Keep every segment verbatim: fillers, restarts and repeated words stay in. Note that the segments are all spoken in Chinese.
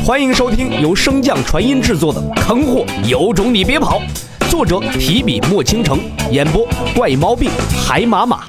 欢迎收听由升降传音制作的《坑货有种你别跑》，作者提笔墨倾城，演播怪毛病海马马。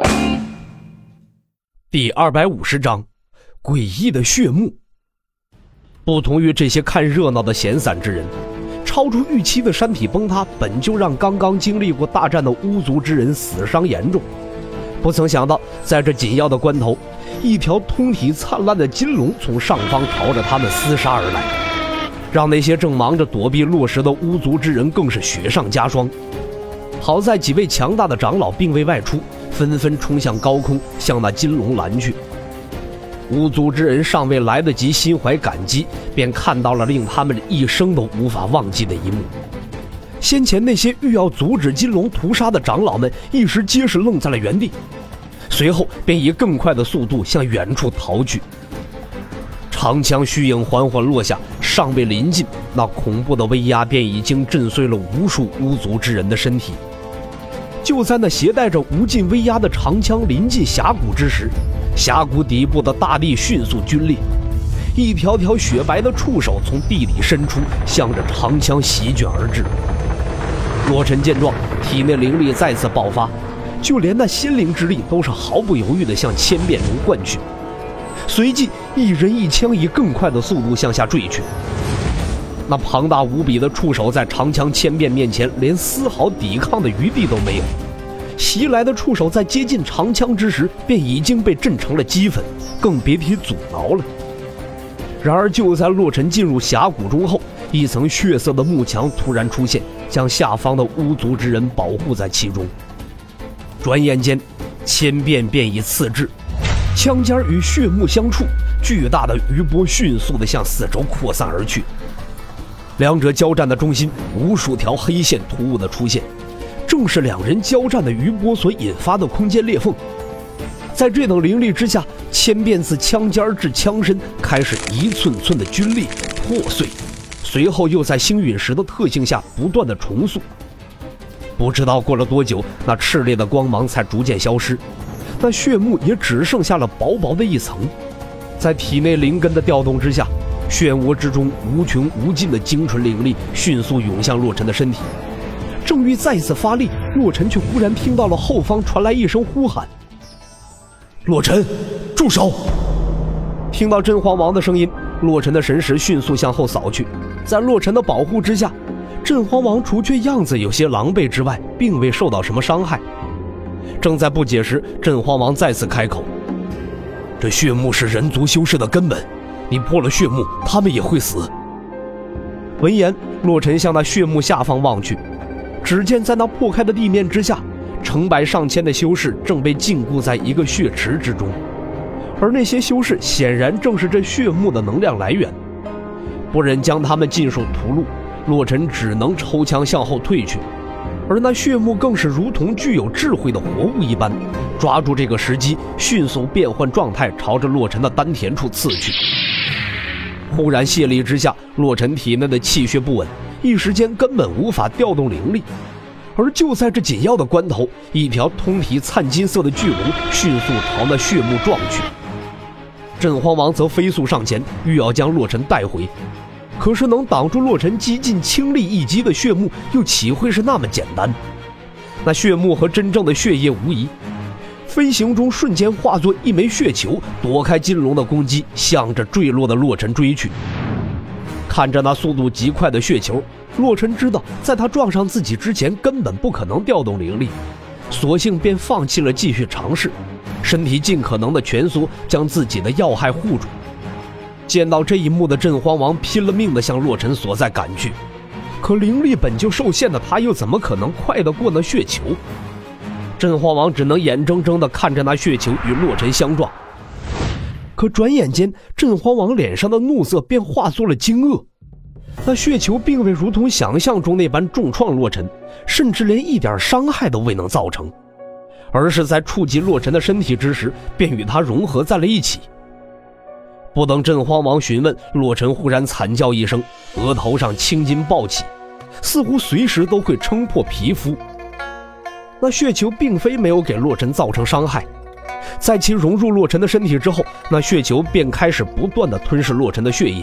第二百五十章，诡异的血幕。不同于这些看热闹的闲散之人，超出预期的山体崩塌本就让刚刚经历过大战的巫族之人死伤严重。不曾想到，在这紧要的关头，一条通体灿烂的金龙从上方朝着他们厮杀而来，让那些正忙着躲避落石的巫族之人更是雪上加霜。好在几位强大的长老并未外出，纷纷冲向高空，向那金龙拦去。巫族之人尚未来得及心怀感激，便看到了令他们一生都无法忘记的一幕。先前那些欲要阻止金龙屠杀的长老们一时皆是愣在了原地，随后便以更快的速度向远处逃去。长枪虚影缓缓落下，尚未临近，那恐怖的威压便已经震碎了无数巫族之人的身体。就在那携带着无尽威压的长枪临近峡谷之时，峡谷底部的大地迅速龟裂，一条条雪白的触手从地底伸出，向着长枪席卷而至。洛尘见状，体内灵力再次爆发，就连那心灵之力都是毫不犹豫地向千变中灌去。随即一人一枪以更快的速度向下坠去。那庞大无比的触手在长枪千变面前连丝毫抵抗的余地都没有，袭来的触手在接近长枪之时便已经被震成了齑粉，更别提阻挠了。然而就在洛尘进入峡谷中后，一层血色的幕墙突然出现，将下方的巫族之人保护在其中。转眼间，千变便已刺至，枪尖与血幕相触，巨大的余波迅速地向四周扩散而去。两者交战的中心，无数条黑线突兀地出现，正是两人交战的余波所引发的空间裂缝。在这等灵力之下，千变自枪尖至枪身开始一寸寸的龟裂破碎，随后又在星陨石的特性下不断的重塑。不知道过了多久，那炽烈的光芒才逐渐消失，那血幕也只剩下了薄薄的一层。在体内灵根的调动之下，漩涡之中无穷无尽的精纯灵力迅速涌向洛尘的身体。正欲再次发力，洛尘却忽然听到了后方传来一声呼喊：“洛尘，住手！”听到真皇王的声音，洛尘的神识迅速向后扫去，在洛尘的保护之下，真皇王除却样子有些狼狈之外，并未受到什么伤害。正在不解时，真皇王再次开口：“这血幕是人族修士的根本，你破了血幕，他们也会死。”闻言，洛尘向那血幕下方望去，只见在那破开的地面之下，成百上千的修士正被禁锢在一个血池之中，而那些修士显然正是这血幕的能量来源。不忍将他们尽数屠戮，洛尘只能抽枪向后退去，而那血幕更是如同具有智慧的活物一般，抓住这个时机，迅速变换状态，朝着洛尘的丹田处刺去。忽然泄力之下，洛尘体内的气血不稳，一时间根本无法调动灵力。而就在这紧要的关头，一条通体灿金色的巨龙迅速朝那血幕撞去。真皇王则飞速上前，欲要将洛尘带回，可是能挡住洛尘几近轻力一击的血幕，又岂会是那么简单？那血幕和真正的血液无疑，飞行中瞬间化作一枚血球，躲开金龙的攻击，向着坠落的洛尘追去。看着那速度极快的血球，洛尘知道在他撞上自己之前根本不可能调动灵力，索性便放弃了继续尝试，身体尽可能的蜷缩，将自己的要害护住。见到这一幕的真皇王拼了命地向洛尘所在赶去，可灵力本就受限的他又怎么可能快得过那血球？真皇王只能眼睁睁地看着那血球与洛尘相撞。可转眼间，真皇王脸上的怒色便化作了惊愕。那血球并未如同想象中那般重创洛尘，甚至连一点伤害都未能造成，而是在触及洛尘的身体之时，便与他融合在了一起。不等真皇王询问，洛尘忽然惨叫一声，额头上青筋暴起，似乎随时都会撑破皮肤。那血球并非没有给洛尘造成伤害，在其融入洛尘的身体之后，那血球便开始不断地吞噬洛尘的血液，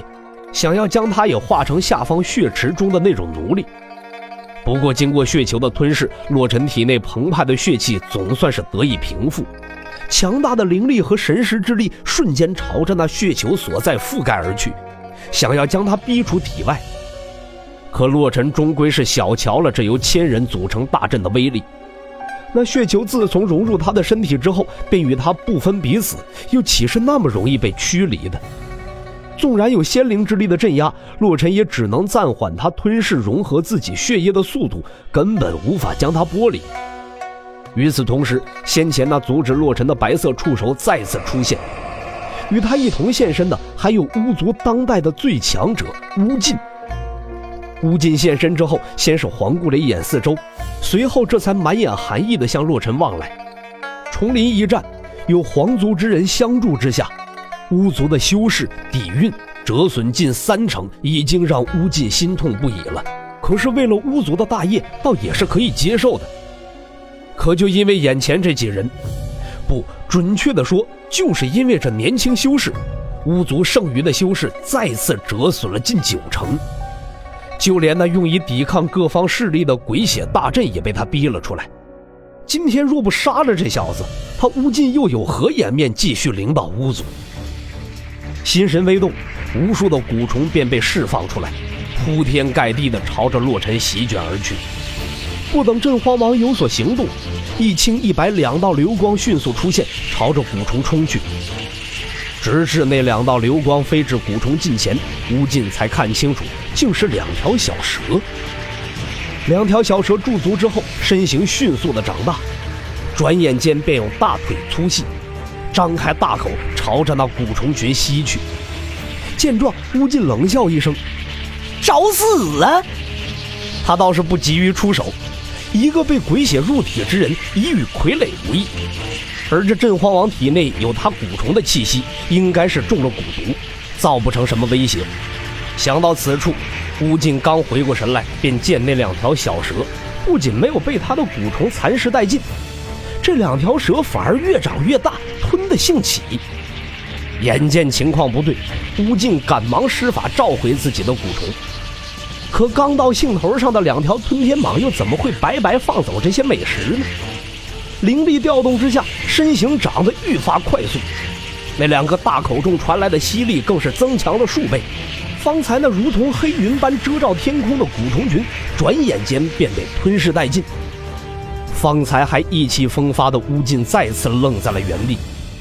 想要将他也化成下方血池中的那种奴隶。不过经过血球的吞噬，洛尘体内澎湃的血气总算是得以平复，强大的灵力和神识之力瞬间朝着那血球所在覆盖而去，想要将他逼出体外。可洛尘终归是小瞧了这由千人组成大阵的威力，那血球自从融入他的身体之后，便与他不分彼此，又岂是那么容易被驱离的？纵然有仙灵之力的镇压，洛尘也只能暂缓他吞噬融合自己血液的速度，根本无法将他剥离。与此同时，先前那阻止洛尘的白色触手再次出现，与他一同现身的还有巫族当代的最强者巫尽。巫尽现身之后，先是环顾了一眼四周，随后这才满眼寒意地向洛尘望来。丛林一战，有皇族之人相助之下，巫族的修士底蕴折损近三成，已经让巫尽心痛不已了。可是为了巫族的大业，倒也是可以接受的。可就因为眼前这几人，不准确地说，就是因为这年轻修士，巫族剩余的修士再次折损了近九成。就连那用以抵抗各方势力的鬼血大阵也被他逼了出来。今天若不杀了这小子，他巫尽又有何颜面继续领导巫族？心神微动，无数的蛊虫便被释放出来，铺天盖地地朝着洛尘席卷而去。不等镇荒王有所行动，一青一白两道流光迅速出现，朝着蛊虫冲去。直至那两道流光飞至蛊虫近前，巫尽才看清楚，竟是两条小蛇。两条小蛇驻足之后，身形迅速的长大，转眼间便有大腿粗细，张开大口朝着那蛊虫群吸去。见状，巫尽冷笑一声：“找死啊！”他倒是不急于出手，一个被鬼血入体之人已与傀儡无异。而这镇荒王体内有他蛊虫的气息，应该是中了蛊毒，造不成什么威胁。想到此处，巫尽刚回过神来，便见那两条小蛇不仅没有被他的蛊虫蚕食殆尽，这两条蛇反而越长越大，吞得兴起。眼见情况不对，巫尽赶忙施法召回自己的蛊虫。可刚到兴头上的两条吞天蟒又怎么会白白放走这些美食呢？灵力调动之下，身形长得愈发快速，那两个大口中传来的吸力更是增强了数倍。方才那如同黑云般遮罩天空的蛊虫群，转眼间便被吞噬殆尽。方才还意气风发的巫尽再次愣在了原地。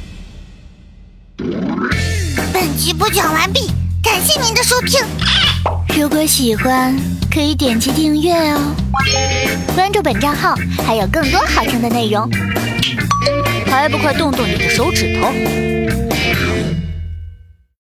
本集播讲完毕，感谢您的收听。如果喜欢，可以点击订阅哦，关注本账号还有更多好听的内容，还不快动动你的手指头。